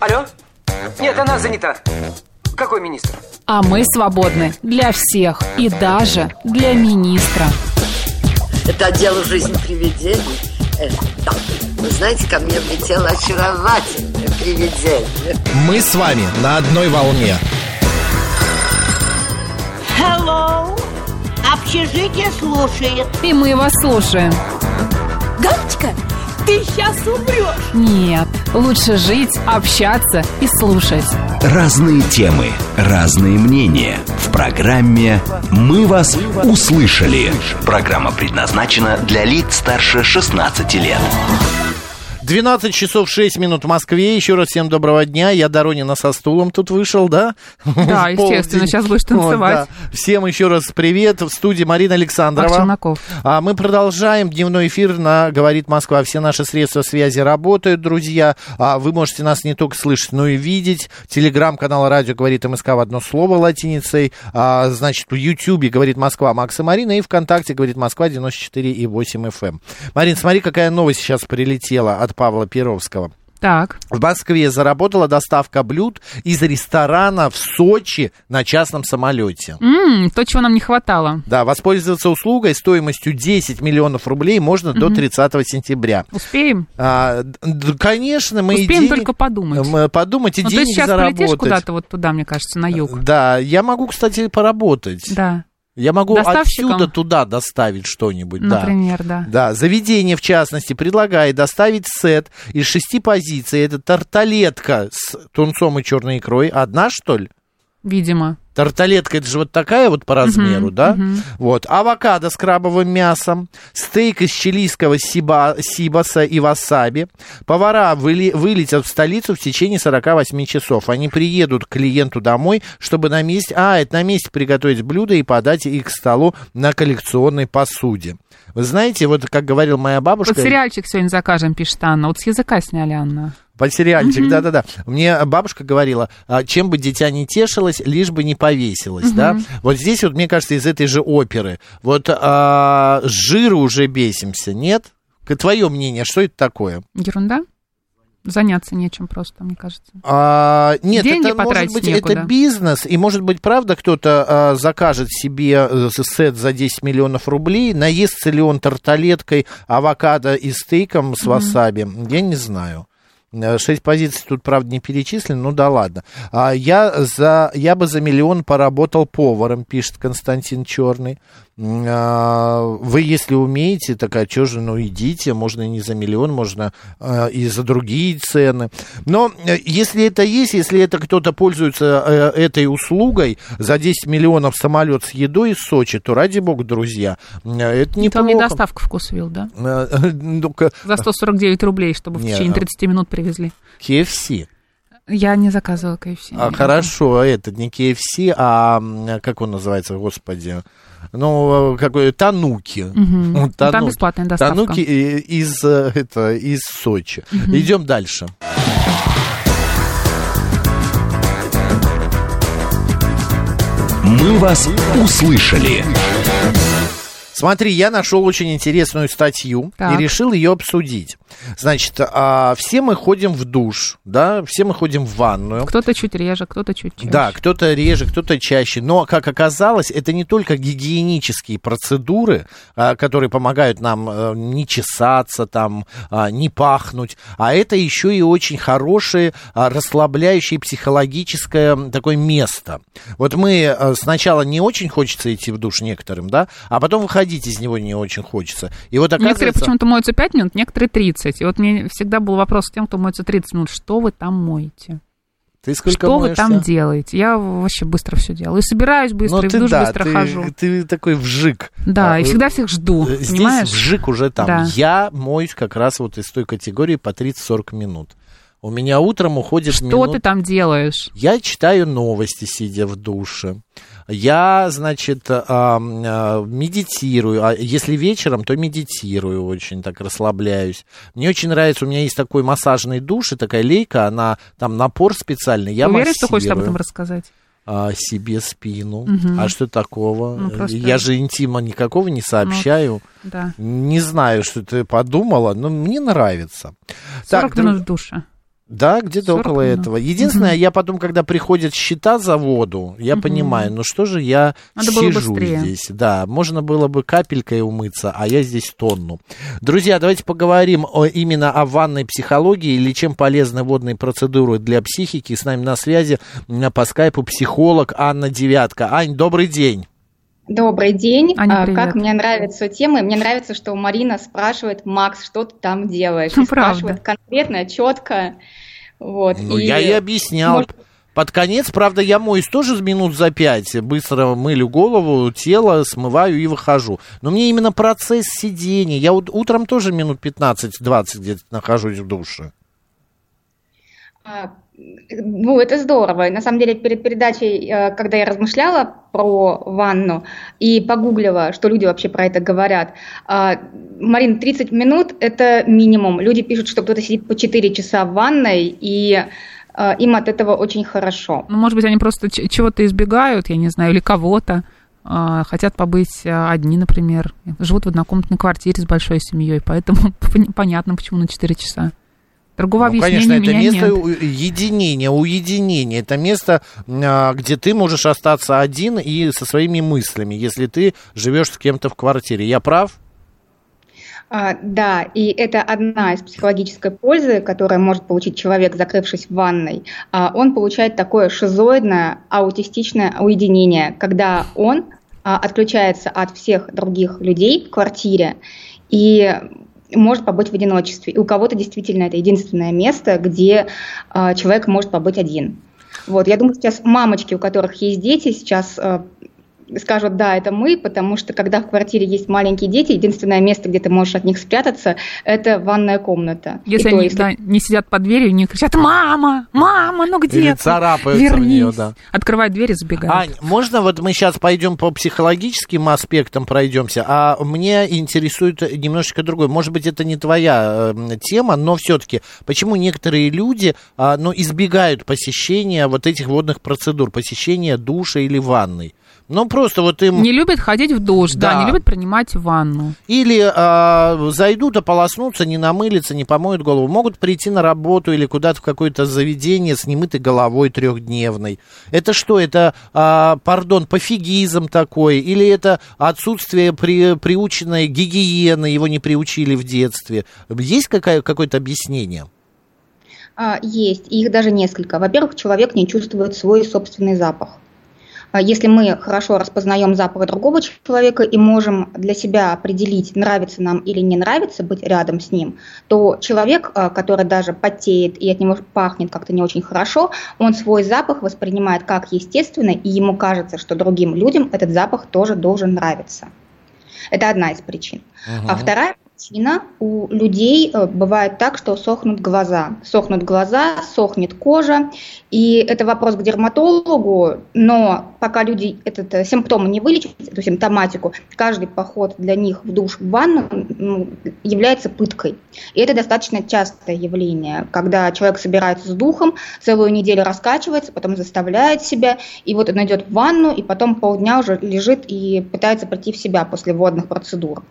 Алло? Нет, она занята. Какой министр? А мы свободны для всех и даже для министра. Это дело жизни привидений. Да. Вы знаете, ко мне влетело очаровательное привидение. Мы с вами на одной волне. Hello. Общежитие слушает. И мы вас слушаем. Галочка, ты сейчас умрешь. Нет, лучше жить, общаться и слушать. Разные темы, разные мнения. В программе «Мы вас услышали». Программа предназначена для лиц старше 16 лет. 12 часов 6 минут в Москве. Еще раз всем доброго дня. Я Доронина со стулом тут вышел, да? Да, естественно, сейчас будешь танцевать. Вот, да. Всем еще раз привет. В студии Марина Александрова. Мы продолжаем дневной эфир на «Говорит Москва». Все наши средства связи работают, друзья. Вы можете нас не только слышать, но и видеть. Телеграм-канал «Радио говорит МСК» в одно слово латиницей. Значит, в Ютьюбе «Говорит Москва» Макс и Марина. И ВКонтакте «Говорит Москва» 94,8 FM. Марин, смотри, какая новость сейчас прилетела от Павла Перовского. Так. В Москве заработала доставка блюд из ресторана в Сочи на частном самолете. То, чего нам не хватало. Да, воспользоваться услугой стоимостью 10 миллионов рублей можно до 30 сентября. Успеем? Конечно, мы успеем только подумать. Подумать и деньги ты сейчас заработать. Полетишь куда-то вот туда, мне кажется, на юг. Да, я могу, кстати, поработать. Да. Я могу отсюда туда доставить что-нибудь. Например, да. Да, заведение, в частности, предлагает доставить сет из 6 позиций. Это тарталетка с тунцом и черной икрой. Одна, что ли? Видимо. Тарталетка, это же вот такая вот по размеру, да? Вот. Авокадо с крабовым мясом, стейк из чилийского сибаса и васаби. Повара вылетят в столицу в течение 48 часов. Они приедут к клиенту домой, чтобы на месте приготовить блюда и подать их к столу на коллекционной посуде. Вы знаете, вот как говорила моя бабушка... Вот сериальчик сегодня закажем, пишет Анна. Вот с языка сняли, Анна. Под сериальчик, да-да-да. Мне бабушка говорила, чем бы дитя не тешилось, лишь бы не повесилось, да. Вот здесь вот, мне кажется, из этой же оперы. Вот с жиру уже бесимся, нет? Твое мнение, что это такое? Ерунда. Заняться нечем просто, мне кажется. Нет, деньги это может быть некуда. Это бизнес, и может быть, правда, кто-то закажет себе сет за 10 миллионов рублей, наестся ли он тарталеткой, авокадо и стейком с васаби, я не знаю. 6 позиций тут, правда, не перечислены, ну да ладно. Я бы за миллион поработал поваром, пишет Константин Черный. Вы, если умеете, так а что же, ну идите, можно и не за миллион, можно и за другие цены. Но если это есть, если это кто-то пользуется этой услугой, за 10 миллионов самолет с едой из Сочи, то ради бога, друзья, это неплохо. Там не доставка вкусвилл, да? За 149 рублей, чтобы в течение 30 минут привезли. KFC. Я не заказывала KFC. Хорошо, это не KFC, а как он называется, господи? Ну, какой Тануки. Там бесплатная доставка. Тануки из Сочи. Идем дальше. Мы вас услышали. Смотри, я нашел очень интересную статью и решил ее обсудить. Значит, все мы ходим в душ, да, все мы ходим в ванную. Кто-то чуть реже, кто-то чуть чаще. Да, кто-то реже, кто-то чаще. Но, как оказалось, это не только гигиенические процедуры, которые помогают нам не чесаться, там, не пахнуть, а это еще и очень хорошее, расслабляющее психологическое такое место. Вот мы сначала не очень хочется идти в душ некоторым, да, а потом выходить из него не очень хочется. И вот оказывается... Некоторые почему-то моются 5 минут, некоторые 30. И вот мне всегда был вопрос с тем, кто моется 30 минут. Что вы там моете? Ты сколько Что моешься? вы там делаете? Я вообще быстро все делаю. И собираюсь быстро, и в душ быстро хожу. Ты такой вжик. Да, и всегда всех жду, здесь понимаешь? Вжик уже там. Да. Я моюсь как раз вот из той категории по 30-40 минут. У меня утром уходит Что ты там делаешь? Я читаю новости, сидя в душе. Я, значит, медитирую. А если вечером, то медитирую очень, так расслабляюсь. Мне очень нравится, у меня есть такой массажный душ и такая лейка, она там напор специальный. Я уверен, что хочешь об этом рассказать? Себе спину. А что такого? Просто... Я же интима никакого не сообщаю. Да. Не знаю, что ты подумала, но мне нравится. 40 минут в душе. Да, где-то около этого. Единственное, я потом, когда приходят счета за воду, я понимаю, ну что же я сижу здесь. Да, можно было бы капелькой умыться, а я здесь тонну. Друзья, давайте поговорим именно о ванной психологии или чем полезны водные процедуры для психики. С нами на связи по скайпу психолог Анна Девятка. Ань, добрый день. Добрый день. Аня, как мне нравятся темы. Мне нравится, что Марина спрашивает: Макс, что ты там делаешь? И спрашивает конкретно, четко. Вот. Ну, я и объяснял. Под конец, правда, я моюсь тоже минут за 5. Быстро мылю голову, тело, смываю и выхожу. Но мне именно процесс сидения. Я утром тоже минут 15-20 где-то нахожусь в душе. Ну, это здорово. На самом деле, перед передачей, когда я размышляла про ванну и погуглила, что люди вообще про это говорят, Марин, 30 минут – это минимум. Люди пишут, что кто-то сидит по 4 часа в ванной, и им от этого очень хорошо. Ну, может быть, они просто чего-то избегают, я не знаю, или кого-то. Хотят побыть одни, например. Живут в однокомнатной квартире с большой семьей, поэтому понятно, почему на 4 часа. Другого объяснения конечно, это место нет. уединения. Это место, где ты можешь остаться один и со своими мыслями, если ты живешь с кем-то в квартире. Я прав? Да, и это одна из психологической пользы, которую может получить человек, закрывшись в ванной. Он получает такое шизоидное, аутистичное уединение, когда он отключается от всех других людей в квартире и может побыть в одиночестве. И у кого-то действительно это единственное место, где человек может побыть один. Вот. Я думаю, сейчас мамочки, у которых есть дети, сейчас скажут: да, это мы, потому что когда в квартире есть маленькие дети, единственное место, где ты можешь от них спрятаться, это ванная комната. Если они не сидят под дверью, не кричат: мама, ну где ты? Или царапаются в нее, да. Открывают дверь и забегают. Ань, можно вот мы сейчас пойдем по психологическим аспектам пройдемся, а мне интересует немножечко другое. Может быть, это не твоя тема, но все-таки почему некоторые люди избегают посещения вот этих водных процедур, посещения душа или ванной? Ну, просто вот им... Не любят ходить в душ, да, не любят принимать ванну. Или зайдут, ополоснутся, не намылятся, не помоют голову. Могут прийти на работу или куда-то в какое-то заведение с немытой головой 3-дневной. Это что? Это, пофигизм такой? Или это отсутствие приученной гигиены, его не приучили в детстве? Есть какое-то объяснение? Есть, их даже несколько. Во-первых, человек не чувствует свой собственный запах. Если мы хорошо распознаем запах другого человека и можем для себя определить, нравится нам или не нравится быть рядом с ним, то человек, который даже потеет и от него пахнет как-то не очень хорошо, он свой запах воспринимает как естественный, и ему кажется, что другим людям этот запах тоже должен нравиться. Это одна из причин. А вторая причина: у людей бывает так, что сохнут глаза, сохнет кожа, и это вопрос к дерматологу, но пока люди этот симптом не вылечат, эту симптоматику, каждый поход для них в душ, в ванну является пыткой. И это достаточно частое явление, когда человек собирается с духом, целую неделю раскачивается, потом заставляет себя, и вот он идет в ванну, и потом полдня уже лежит и пытается прийти в себя после водных процедур.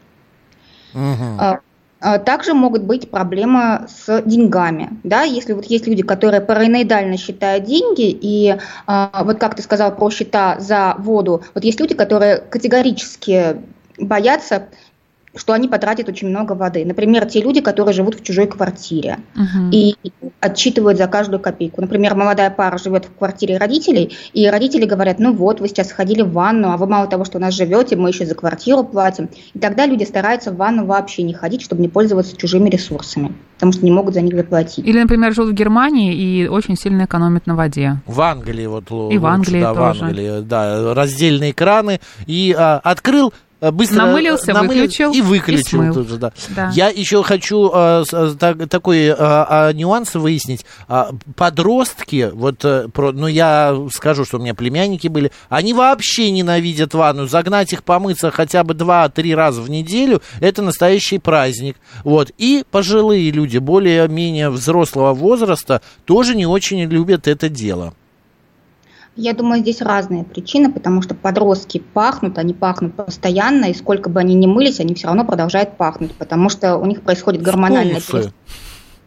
Также могут быть проблемы с деньгами. Да? Если вот есть люди, которые параноидально считают деньги, и вот как ты сказал про счета за воду, вот есть люди, которые категорически боятся, что они потратят очень много воды. Например, те люди, которые живут в чужой квартире и отчитывают за каждую копейку. Например, молодая пара живет в квартире родителей, и родители говорят: ну вот, вы сейчас сходили в ванну, а вы мало того, что у нас живете, мы еще за квартиру платим. И тогда люди стараются в ванну вообще не ходить, чтобы не пользоваться чужими ресурсами, потому что не могут за них заплатить. Или, например, живут в Германии и очень сильно экономят на воде. В Англии вот. И в Англии да, тоже. В Англии, да, раздельные краны. И открыл, быстро намылился, выключил и выключил. И тоже, да. Да. Я еще хочу такой нюанс выяснить. Подростки, я скажу, что у меня племянники были, они вообще ненавидят ванну. Загнать их помыться хотя бы 2-3 раза в неделю — это настоящий праздник. Вот. И пожилые люди, более-менее взрослого возраста, тоже не очень любят это дело. Я думаю, здесь разные причины, потому что подростки они пахнут постоянно, и сколько бы они ни мылись, они все равно продолжают пахнуть, потому что у них происходит гормональная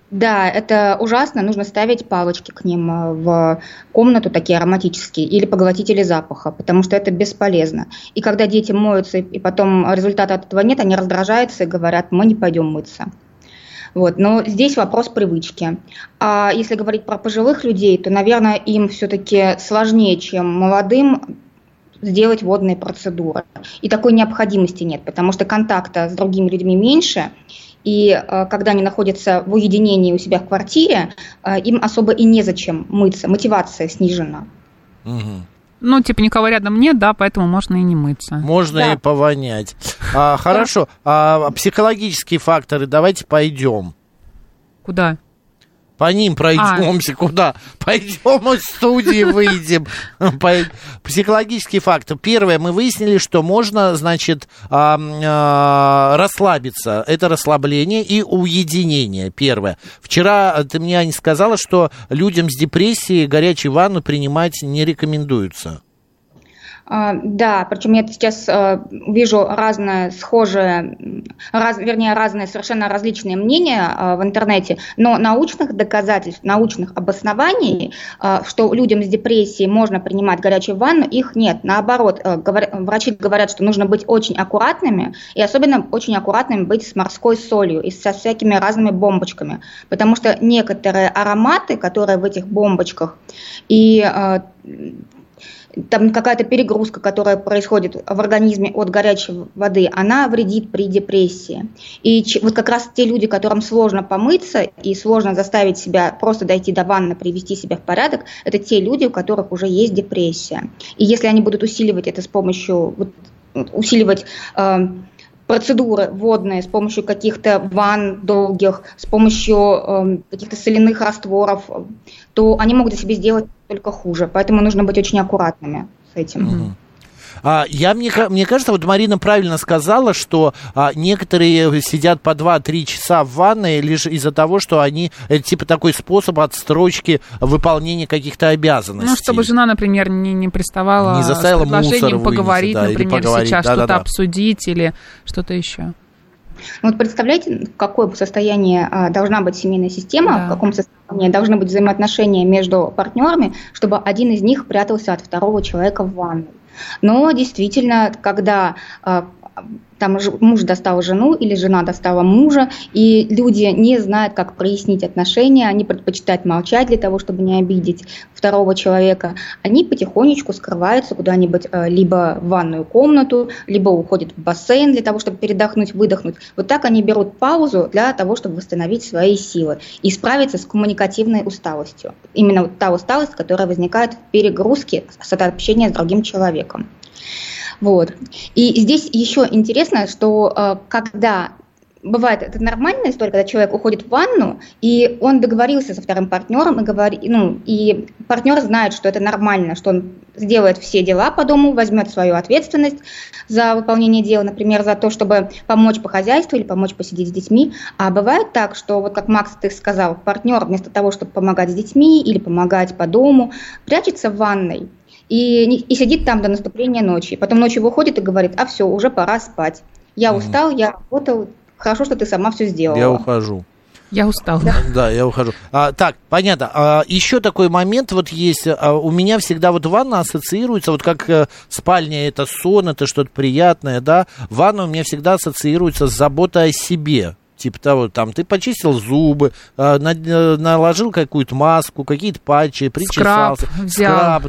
Да, это ужасно. Нужно ставить палочки к ним в комнату, такие ароматические, или поглотители запаха, потому что это бесполезно. И когда дети моются, и потом результата от этого нет, они раздражаются и говорят: мы не пойдем мыться. Вот. Но здесь вопрос привычки. А если говорить про пожилых людей, то, наверное, им все-таки сложнее, чем молодым, сделать водные процедуры. И такой необходимости нет, потому что контакта с другими людьми меньше. И когда они находятся в уединении у себя в квартире, им особо и незачем мыться, мотивация снижена. Угу. Ну, типа, никого рядом нет, да, поэтому можно и не мыться. Можно и повонять. Хорошо, психологические факторы, давайте пойдем. Куда? По ним пройдемся, куда? Пойдем из студии, выйдем. Психологический фактор. Первое, мы выяснили, что можно, значит, расслабиться. Это расслабление и уединение, первое. Вчера ты мне, Аня, сказала, что людям с депрессией горячую ванну принимать не рекомендуется. Да, причем я сейчас вижу разные разные совершенно различные мнения в интернете, но научных доказательств, научных обоснований, что людям с депрессией можно принимать горячую ванну, их нет. Наоборот, врачи говорят, что нужно быть очень аккуратными, и особенно очень аккуратными быть с морской солью и со всякими разными бомбочками, потому что некоторые ароматы, которые в этих бомбочках, и там какая-то перегрузка, которая происходит в организме от горячей воды, она вредит при депрессии. И вот как раз те люди, которым сложно помыться и сложно заставить себя просто дойти до ванны, привести себя в порядок, это те люди, у которых уже есть депрессия. И если они будут усиливать это с помощью, усиливать процедуры водные с помощью каких-то ванн долгих, с помощью каких-то соляных растворов, то они могут себе сделать только хуже. Поэтому нужно быть очень аккуратными с этим. Мне кажется, вот Марина правильно сказала, что некоторые сидят по 2-3 часа в ванной лишь из-за того, что они, это типа такой способ отстрочки выполнения каких-то обязанностей. Ну, чтобы жена, например, не приставала не заставила с предложением мусор поговорить, вынести, да, например, сейчас что-то обсудить или что-то еще. Вот представляете, в каком состоянии должна быть семейная система, в каком состоянии должны быть взаимоотношения между партнерами, чтобы один из них прятался от второго человека в ванной. Но действительно, когда там муж достал жену или жена достала мужа, и люди не знают, как прояснить отношения, они предпочитают молчать для того, чтобы не обидеть второго человека, они потихонечку скрываются куда-нибудь либо в ванную комнату, либо уходят в бассейн для того, чтобы передохнуть, выдохнуть. Вот так они берут паузу для того, чтобы восстановить свои силы и справиться с коммуникативной усталостью. Именно вот та усталость, которая возникает в перегрузке от общения с другим человеком. Вот. И здесь еще интересно, что когда бывает, это нормальная история, когда человек уходит в ванну, и он договорился со вторым партнером, и партнер знает, что это нормально, что он сделает все дела по дому, возьмет свою ответственность за выполнение дел, например, за то, чтобы помочь по хозяйству или помочь посидеть с детьми. А бывает так, что, вот как Макс, ты сказал, партнер вместо того, чтобы помогать с детьми или помогать по дому, прячется в ванной. И сидит там до наступления ночи. Потом ночью выходит и говорит: а все, уже пора спать. Я устал, я работал, хорошо, что ты сама все сделала. Я ухожу. Я устал. Да, я ухожу. Так, понятно. Еще такой момент вот есть. У меня всегда вот ванна ассоциируется, вот как спальня это сон, это что-то приятное, да. Ванна у меня всегда ассоциируется с заботой о себе. Типа того, там, ты почистил зубы, наложил какую-то маску, какие-то патчи, причесался. Скраб,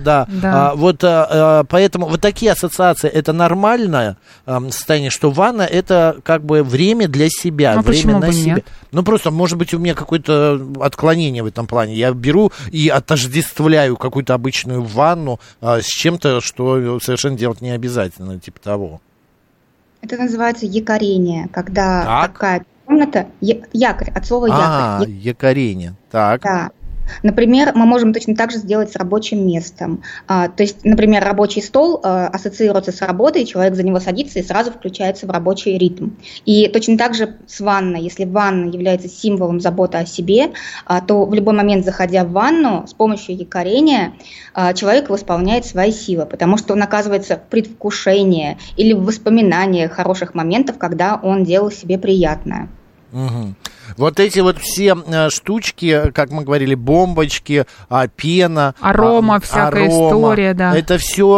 да. Поэтому вот такие ассоциации, это нормальное состояние, что ванна это как бы время для себя, а время на себя. Нет? Ну, просто, может быть, у меня какое-то отклонение в этом плане. Я беру и отождествляю какую-то обычную ванну с чем-то, что совершенно делать не обязательно, типа того. Это называется якорение, когда какая-то комната, якорь, от слова якорь. Якорение, так. Да. Например, мы можем точно так же сделать с рабочим местом. То есть, например, рабочий стол ассоциируется с работой, человек за него садится и сразу включается в рабочий ритм. И точно так же с ванной. Если ванна является символом заботы о себе, то в любой момент, заходя в ванну, с помощью якорения человек восполняет свои силы, потому что он оказывается в предвкушении или в воспоминании хороших моментов, когда он делал себе приятное. Угу. Вот эти вот все штучки, как мы говорили, бомбочки, пена, арома, всякая история, да. Это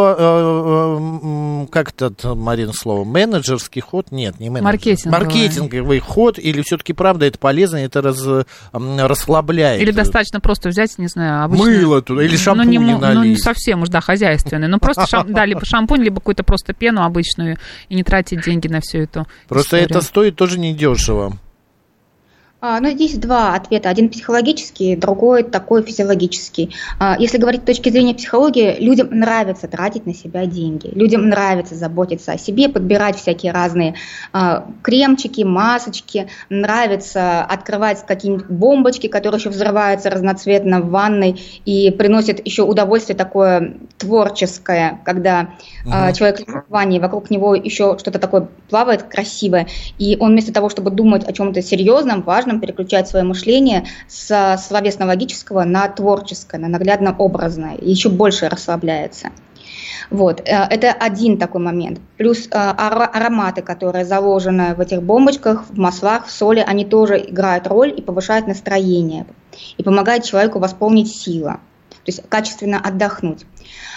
все, как это, Марина, слово, менеджерский ход? Нет, не менеджерский. Маркетинговый ход, или все-таки правда это полезно, это расслабляет? Или достаточно просто взять, не знаю, обычно... Мыло туда, или шампунь налить. Ну, не совсем уж, да, хозяйственный, но просто, либо шампунь, либо какую-то просто пену обычную, и не тратить деньги на всю эту Просто историю. Это стоит тоже недешево. Ну, здесь два ответа. Один психологический, другой такой физиологический. Если говорить с точки зрения психологии, людям нравится тратить на себя деньги. Людям нравится заботиться о себе, подбирать всякие разные кремчики, масочки. Нравится открывать какие-нибудь бомбочки, которые еще взрываются разноцветно в ванной и приносят еще удовольствие такое творческое, когда человек лежит в ванне, вокруг него еще что-то такое плавает красивое, и он вместо того, чтобы думать о чем-то серьезном, важном, переключать свое мышление с словесно-логического на творческое, на наглядно-образное, и еще больше расслабляется. Вот. Это один такой момент. Плюс ароматы, которые заложены в этих бомбочках, в маслах, в соли, они тоже играют роль и повышают настроение, и помогают человеку восполнить силы, то есть качественно отдохнуть.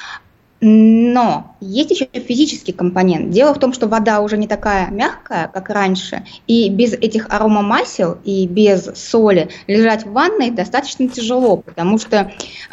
Но есть еще физический компонент. Дело в том, что вода уже не такая мягкая, как раньше, и без этих аромамасел и без соли лежать в ванной достаточно тяжело, потому что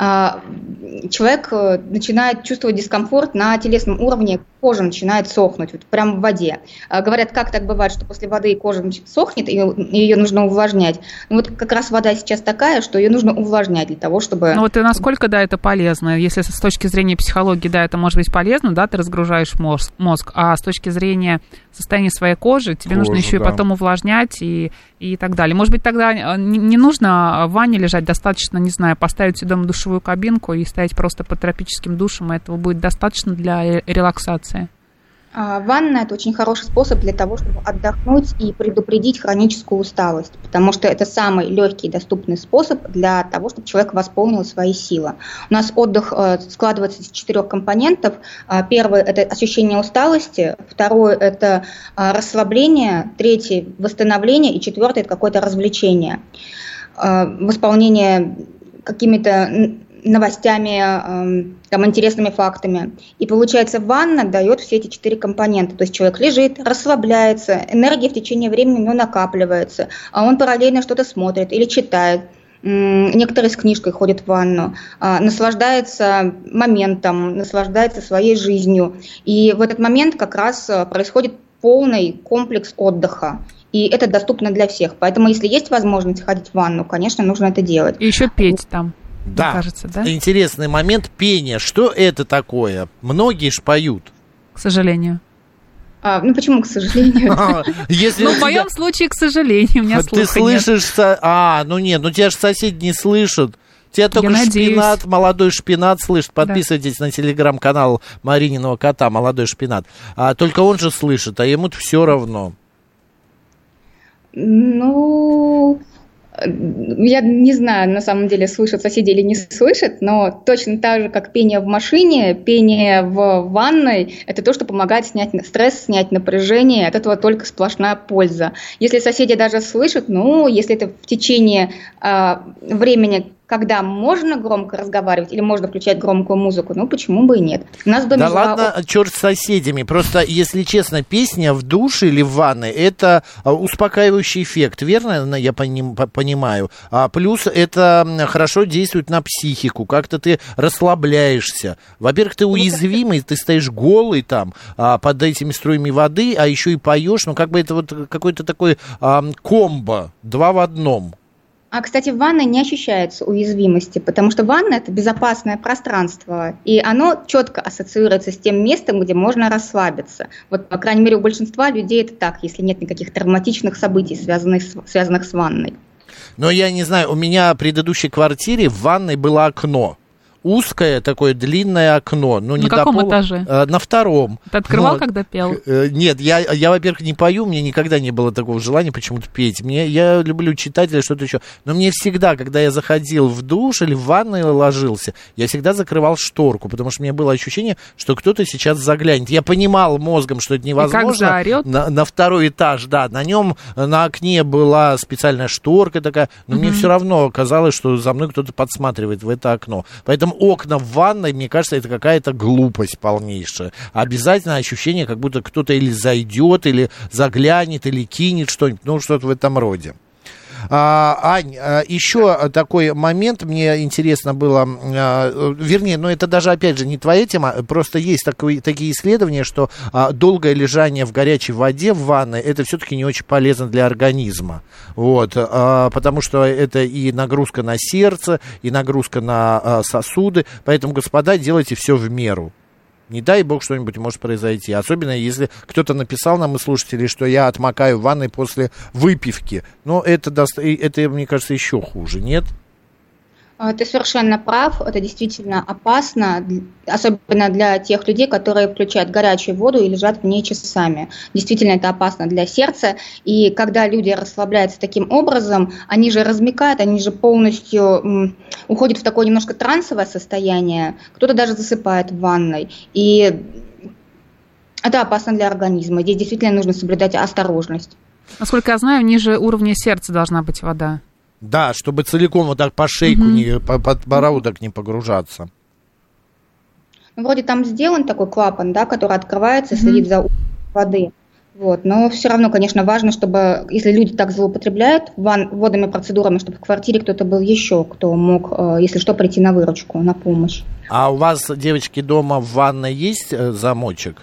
человек начинает чувствовать дискомфорт на телесном уровне, кожа начинает сохнуть, вот прямо в воде. Говорят, как так бывает, что после воды кожа сохнет, и ее нужно увлажнять. Ну, вот как раз вода сейчас такая, что ее нужно увлажнять для того, чтобы... Ну вот и насколько, да, это полезно? Если с точки зрения психологии, да, это может быть полезно, да, ты разгружаешь мозг, а с точки зрения состояния своей кожи тебе нужно еще и потом увлажнять и так далее. Может быть, тогда не нужно в ванне лежать, достаточно, не знаю, поставить себе дома душевую кабинку и стоять просто под тропическим душем, и этого будет достаточно для релаксации. Ванна – это очень хороший способ для того, чтобы отдохнуть и предупредить хроническую усталость, потому что это самый легкий и доступный способ для того, чтобы человек восполнил свои силы. У нас отдых складывается из 4 компонентов. Первый – это ощущение усталости, второй – это расслабление, третий – восстановление, и четвертый – это какое-то развлечение, восполнение какими-то новостями, там, интересными фактами. И получается, ванна дает все эти 4 компонента. То есть человек лежит, расслабляется, энергия в течение времени у него накапливается, а он параллельно что-то смотрит или читает. Некоторые с книжкой ходят в ванну, наслаждается моментом, наслаждается своей жизнью. И в этот момент как раз происходит полный комплекс отдыха. И это доступно для всех. Поэтому, если есть возможность ходить в ванну, конечно, нужно это делать. И еще петь там. Да, кажется, да, интересный момент пения. Что это такое? Многие ж поют. К сожалению. Ну почему, к сожалению? Ну, в моем случае, к сожалению, у меня слуха нет. Ты слышишь... тебя же соседи не слышат. Тебя только шпинат, молодой шпинат слышит. Подписывайтесь на телеграм-канал Марининого кота «Молодой шпинат». Только он же слышит, а ему-то все равно. Ну... Я не знаю, на самом деле, слышат соседи или не слышат, но точно так же, как пение в машине, пение в ванной, это то, что помогает снять стресс, снять напряжение, от этого только сплошная польза. Если соседи даже слышат, если это в течение времени, когда можно громко разговаривать или можно включать громкую музыку, почему бы и нет. У нас в доме ладно, черт с соседями. Просто, если честно, песня в душе или в ванной – это успокаивающий эффект, верно я понимаю? Плюс это хорошо действует на психику, как-то ты расслабляешься. Во-первых, ты уязвимый, ты стоишь голый там под этими струями воды, а еще и поешь, это вот какой-то такой комбо, 2 в 1. Кстати, в ванной не ощущается уязвимости, потому что ванна – это безопасное пространство, и оно четко ассоциируется с тем местом, где можно расслабиться. Вот, по крайней мере, у большинства людей это так, если нет никаких травматичных событий, связанных с ванной. Но я не знаю, у меня в предыдущей квартире в ванной было окно. узкое такое длинное окно. Ну, не на каком до пола, этаже? На втором. Ты открывал, вот. Когда пел? Нет, я, во-первых, не пою, мне никогда не было такого желания почему-то петь. Я люблю читать или что-то еще. Но мне всегда, когда я заходил в душ или в ванную ложился, я всегда закрывал шторку, потому что у меня было ощущение, что кто-то сейчас заглянет. Я понимал мозгом, что это невозможно. И как заорет? На второй этаж, да. На нем, на окне была специальная шторка такая, но мне все равно казалось, что за мной кто-то подсматривает в это окно. Поэтому окна в ванной, мне кажется, это какая-то глупость полнейшая. Обязательно ощущение, как будто кто-то или зайдет, или заглянет, или кинет что-нибудь, ну, что-то в этом роде. Ань, еще такой момент мне интересно было, вернее, ну это даже, опять же, не твоя тема, просто есть такие исследования, что долгое лежание в горячей воде в ванной, это все-таки не очень полезно для организма, вот, потому что это и нагрузка на сердце, и нагрузка на сосуды, поэтому, господа, делайте все в меру. Не дай бог что-нибудь может произойти. Особенно если кто-то написал нам, и слушатели, что я отмокаю в ванной после выпивки. Но это, мне кажется, еще хуже, нет? Ты совершенно прав, это действительно опасно, особенно для тех людей, которые включают горячую воду и лежат в ней часами. Действительно, это опасно для сердца, и когда люди расслабляются таким образом, они же размякают, они же полностью уходят в такое немножко трансовое состояние, кто-то даже засыпает в ванной, и это опасно для организма, здесь действительно нужно соблюдать осторожность. Насколько я знаю, ниже уровня сердца должна быть вода. Да, чтобы целиком вот так по шейку, под подбородок не погружаться. Ну, вроде там сделан такой клапан, да, который открывается, следит за уровнем воды. Вот. Но все равно, конечно, важно, чтобы, если люди так злоупотребляют водными процедурами, чтобы в квартире кто-то был еще, кто мог, если что, прийти на выручку, на помощь. А у вас, девочки, дома в ванной есть замочек?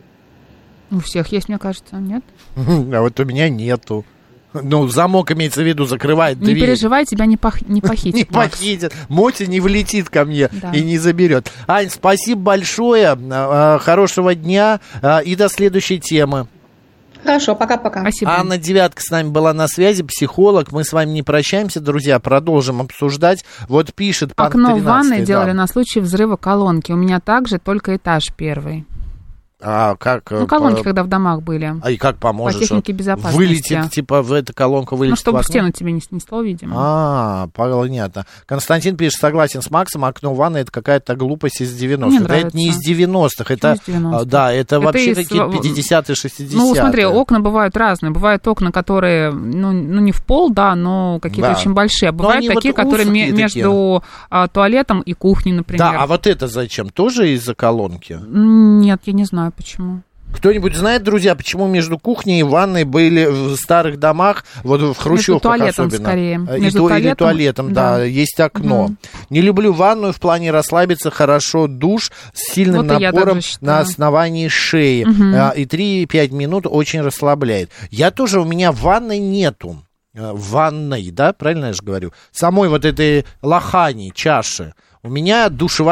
У всех есть, мне кажется, нет? А вот у меня нету. Ну, замок, имеется в виду, закрывает дверь. Не переживай, тебя не похитят. Не похитят. Мотя не влетит ко мне и не заберет. Ань, спасибо большое. Хорошего дня и до следующей темы. Хорошо, пока-пока. Спасибо. Анна Девятка с нами была на связи, психолог. Мы с вами не прощаемся, друзья, продолжим обсуждать. Вот пишет Панк 13. Окно в ванной делали на случай взрыва колонки. У меня также, только этаж первый. А как? Ну, колонки, когда в домах были. А и как поможешь? По технике безопасности. Вылетит, типа, в эту колонку вылетит. Ну, чтобы в стену тебе не снесло, видимо. Понятно. Константин пишет, согласен с Максом, окно в ванной — это какая-то глупость из 90-х. Мне Да, это не из 90-х, это, 90-х? Да, это вообще из... какие-то 50-е, 60-е. Ну, смотри, окна бывают разные. Бывают окна, которые, ну не в пол, да, но какие-то очень большие. А бывают такие, вот которые между туалетом и кухней, например. Да, а вот это зачем? Тоже из-за колонки? Нет, я не знаю, почему. Кто-нибудь знает, друзья, почему между кухней и ванной были в старых домах, вот в хрущевках между туалетом, особенно? Скорее. Или туалетом, да, есть окно. Не люблю ванную в плане расслабиться, хорошо душ с сильным напором на основании шеи. И 3-5 минут очень расслабляет. У меня ванной нету. Ванной, да, правильно я же говорю? Самой вот этой лохани, чаши. У меня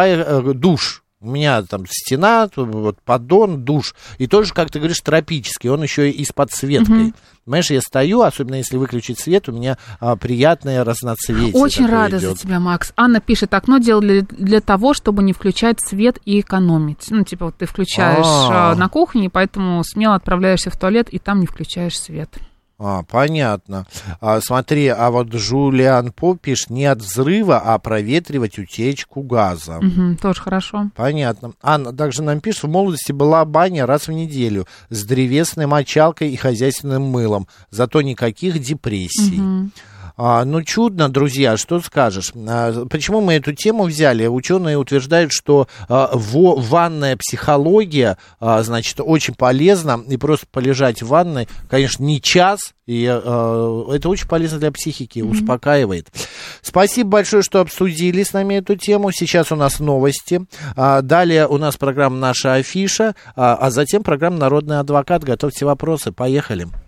душ. У меня там стена, вот поддон, душ. И тоже, как ты говоришь, тропический. Он еще и с подсветкой. Понимаешь, я стою, особенно если выключить свет, у меня приятное разноцветие. Очень рада идет. за тебя, Макс. Анна пишет, окно делали для того, чтобы не включать свет и экономить. Ну, типа, вот ты включаешь на кухне, поэтому смело отправляешься в туалет, и там не включаешь свет. Понятно. Смотри, а вот Жулиан Поп пишет, не от взрыва, а проветривать утечку газа. Тоже хорошо. Понятно. Анна также нам пишет, в молодости была баня раз в неделю с древесной мочалкой и хозяйственным мылом, зато никаких депрессий. Ну, чудно, друзья, что скажешь. Почему мы эту тему взяли? Ученые утверждают, что ванная психология, значит, очень полезна, и просто полежать в ванной, конечно, не час, и это очень полезно для психики, успокаивает. Спасибо большое, что обсудили с нами эту тему. Сейчас у нас новости. Далее у нас программа «Наша афиша», а затем программа «Народный адвокат». Готовьте вопросы. Поехали.